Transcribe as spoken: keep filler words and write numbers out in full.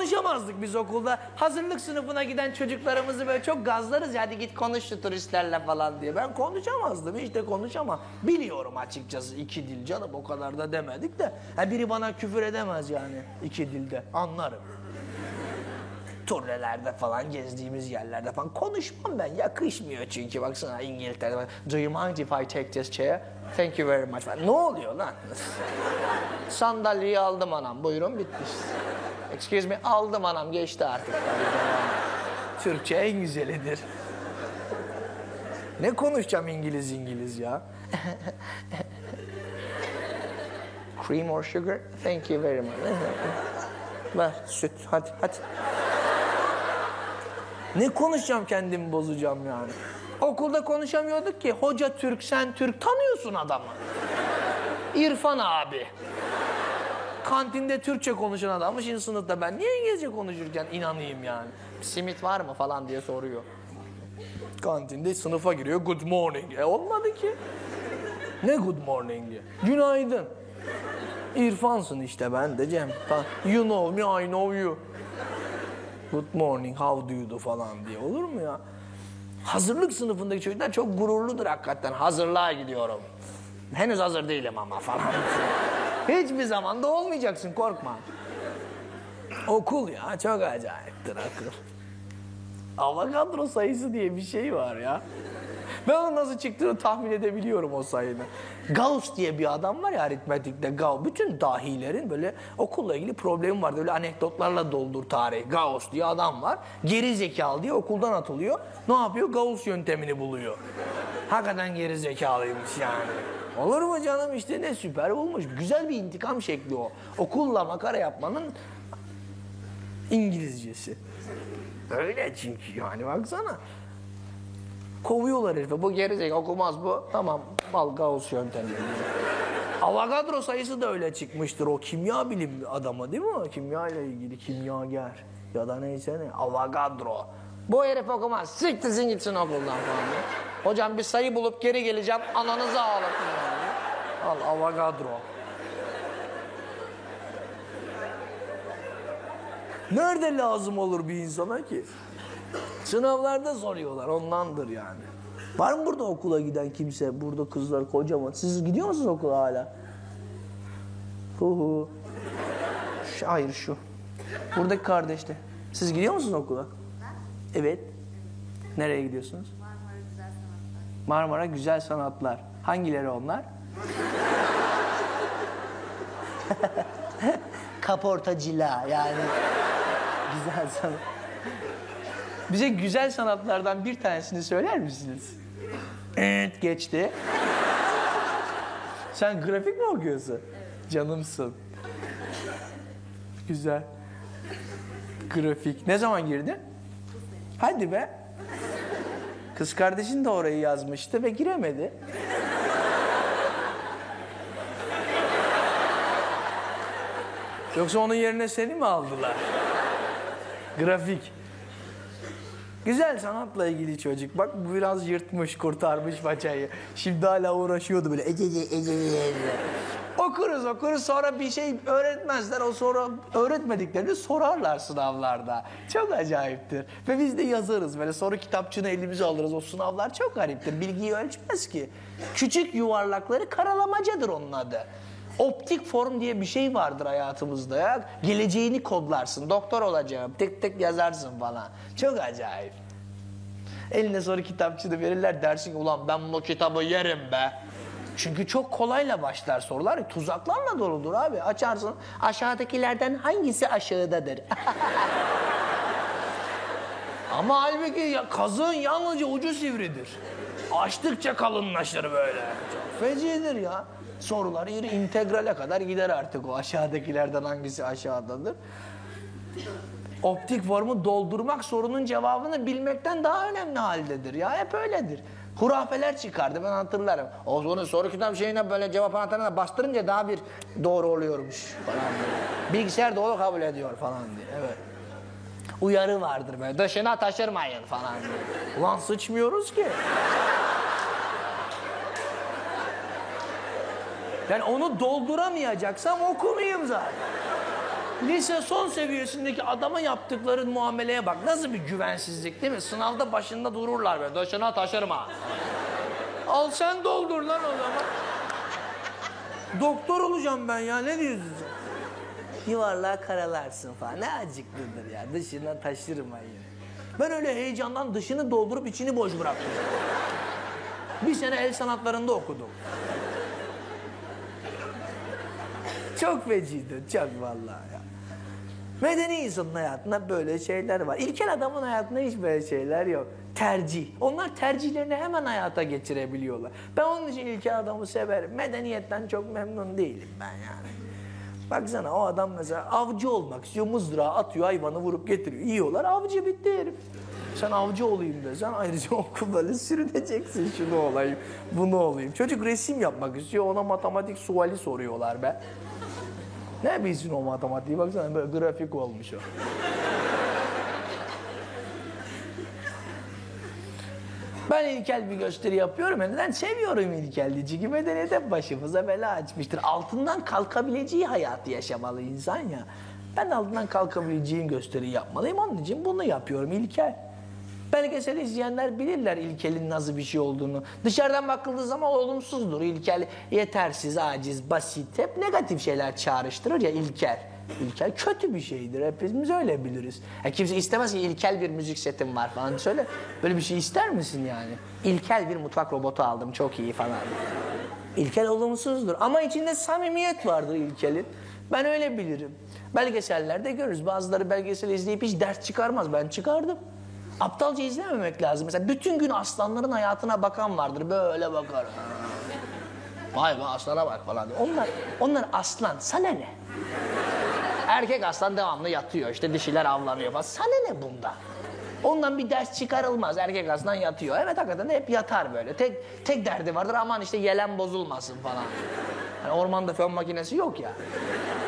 konuşamazdık biz okulda. Hazırlık sınıfına giden çocuklarımızı böyle çok gazlarız ya, hadi git konuş şu turistlerle falan diye. Ben konuşamazdım, hiç de konuşamam. Biliyorum açıkçası iki dil canım, o kadar da demedik de. Ha, biri bana küfür edemez yani iki dilde, anlarım. Turnelerde falan, gezdiğimiz yerlerde falan konuşmam ben, yakışmıyor çünkü. Baksana İngiltere'de, do you mind if I take this chair? Thank you very much. Ne oluyor lan? Sandalyeyi aldım anam, buyurun, bitti. Excuse me, aldım anam, geçti artık. Türkçe en güzelidir. Ne konuşacağım İngiliz İngiliz ya? Cream or sugar? Thank you very much. Ver süt, hadi hadi. Ne konuşacağım, kendimi bozacağım yani. Okulda konuşamıyorduk ki. Hoca Türk, sen Türk, tanıyorsun adamı. İrfan abi. Kantinde Türkçe konuşan adamı şimdi sınıfta ben niye İngilizce konuşurken inanayım yani. Simit var mı falan diye soruyor. Kantinde sınıfa giriyor, good morning. E olmadı ki. Ne good morning'i? Günaydın. İrfansın işte, ben de Cem. You know me, I know you. Good morning, how do you do falan diye olur mu ya? Hazırlık sınıfındaki çocuklar çok gururludur hakikaten. Hazırlığa gidiyorum. Henüz hazır değilim ama falan. Hiçbir zaman da olmayacaksın, korkma. Okul ya, çok acayiptir akıl. Avogadro sayısı diye bir şey var ya. Ben onun nasıl çıktığını tahmin edebiliyorum, o sayının. Gauss diye bir adam var ya aritmetikte, Gauss. Bütün dahilerin böyle okulla ilgili problemi vardı. Öyle anekdotlarla doldur tarihi. Gauss diye adam var. Geri zekalı diye okuldan atılıyor. Ne yapıyor? Gauss yöntemini buluyor. Hakikaten geri zekalıymış yani. Olur mu canım, işte ne süper bulmuş. Güzel bir intikam şekli o. Okulla makara yapmanın İngilizcesi. Öyle çünkü yani, baksana. Kovuyorlar herife. Bu gerizekalı, okumaz bu. Tamam, al Gauss yöntemi. Avogadro sayısı da öyle çıkmıştır. O kimya bilim adamı değil mi? Kimya ile ilgili kimyager. Ya da neyse ne. Avogadro. Bu herif okumaz. Siktirsin gitsin okuldan falan. Hocam bir sayı bulup geri geleceğim. Ananızı ağlatın. Al Avogadro. Nerede lazım olur bir insana ki? Sınavlarda soruyorlar, ondandır yani. Var mı burada okula giden kimse? Burada kızlar kocaman. Siz gidiyor musunuz okula hala? Hu hu. Şu, hayır şu. Buradaki kardeşte. Siz gidiyor musunuz okula? Evet. Nereye gidiyorsunuz? Marmara Güzel Sanatlar. Marmara Güzel Sanatlar. Hangileri onlar? Kaportacılığa yani. Güzel sanat. Bize güzel sanatlardan bir tanesini söyler misiniz? Evet, geçti. Sen grafik mi okuyorsun? Evet. Canımsın. Güzel. Grafik. Ne zaman girdin? Hadi be. Kız kardeşin de orayı yazmıştı ve giremedi. Yoksa onun yerine seni mi aldılar? Grafik. Güzel sanatla ilgili çocuk. Bak bu biraz yırtmış, kurtarmış paçayı. Şimdi hala uğraşıyordu böyle. Ece, ece, ece, ece. Okuruz okuruz, sonra bir şey öğretmezler. O sonra öğretmediklerini sorarlar sınavlarda. Çok acayiptir. Ve biz de yazarız böyle, soru kitapçığını elimize alırız. O sınavlar çok gariptir. Bilgiyi ölçmez ki. Küçük yuvarlakları karalamacadır onun adı. Optik form diye bir şey vardır hayatımızda ya. Geleceğini kodlarsın. Doktor olacağım. Tek tek yazarsın falan. Çok acayip. Eline soru kitapçığını verirler, dersin ulan ben bu kitabı yerim be. Çünkü çok kolayla başlar sorular. Tuzaklarla doludur abi. Açarsın. Aşağıdakilerden hangisi aşağıdadır? Ama halbuki ya, kazığın yalnızca ucu sivridir. Açtıkça kalınlaşır böyle. Çok fecidir ya. Sorular yeri integrale kadar gider artık o. Aşağıdakilerden hangisi aşağıdadır? Optik formu doldurmak sorunun cevabını bilmekten daha önemli haldedir. Ya hep öyledir. Hurafeler çıkardı, ben hatırlarım. O zaman soru kitap şeyine böyle cevap anahtarına bastırınca daha bir doğru oluyormuş falan diye. Bilgisayar doğru kabul ediyor falan diye. Evet. Uyarı vardır böyle. Dışına taşırmayın falan diye. Ulan sıçmıyoruz ki. Yani onu dolduramayacaksam okumayayım zaten. Lise son seviyesindeki adama yaptıkları muameleye bak. Nasıl bir güvensizlik değil mi? Sınavda başında dururlar böyle. Döşene taşırma. Al sen doldur lan o zaman. Doktor olacağım ben ya. Ne diyorsun sen? Yuvarlağı karalarsın falan. Ne acıklıdır ya. Dışına taşırmayın. Ben öyle heyecandan dışını doldurup içini boş bıraktım. Bir sene el sanatlarında okudum. Çok feciydi, çok vallahi ya. Medeni insanın hayatında böyle şeyler var. İlkel adamın hayatında hiç böyle şeyler yok. Tercih. Onlar tercihlerini hemen hayata geçirebiliyorlar. Ben onun için ilkel adamı severim. Medeniyetten çok memnun değilim ben yani. Baksana o adam mesela avcı olmak istiyor. Mızrağı atıyor, hayvanı vurup getiriyor. Yiyorlar, avcı bitti herif. Sen avcı olayım desen ayrıca okul böyle sürüneceksin. Şunu olayım, bunu olayım. Çocuk resim yapmak istiyor. Ona matematik suali soruyorlar be. Ne bilsin o matematiği? Baksana böyle grafik olmuş o. Ben ilkel bir gösteri yapıyorum. Neden? Seviyorum ilkelliği. Çünkü medeniyet hep başımıza bela açmıştır. Altından kalkabileceği hayatı yaşamalı insan ya. Ben altından kalkabileceğim gösteri yapmalıyım. Onun için bunu yapıyorum ilkel. Belgesel izleyenler bilirler ilkelin nasıl bir şey olduğunu. Dışarıdan bakıldığı zaman olumsuzdur. İlkel yetersiz, aciz, basit. Hep negatif şeyler çağrıştırır ya ilkel. İlkel kötü bir şeydir. Hepimiz öyle biliriz. Ya kimse istemez ki ilkel bir müzik setim var falan. Söyle, böyle bir şey ister misin yani? İlkel bir mutfak robotu aldım, çok iyi falan. İlkel olumsuzdur. Ama içinde samimiyet vardır ilkelin. Ben öyle bilirim. Belgesellerde görürüz. Bazıları belgesel izleyip hiç ders çıkarmaz. Ben çıkardım. Aptalca izlememek lazım. Mesela bütün gün aslanların hayatına bakan vardır. Böyle bakar. Vay be aslana bak falan. Onlar, onlar aslan. Sana ne? Erkek aslan devamlı yatıyor. İşte dişiler avlanıyor falan. Sana ne bunda? Ondan bir ders çıkarılmaz. Erkek aslan yatıyor. Evet hakikaten de hep yatar böyle. Tek tek derdi vardır. Aman işte yelen bozulmasın falan. Yani ormanda fön makinesi yok ya.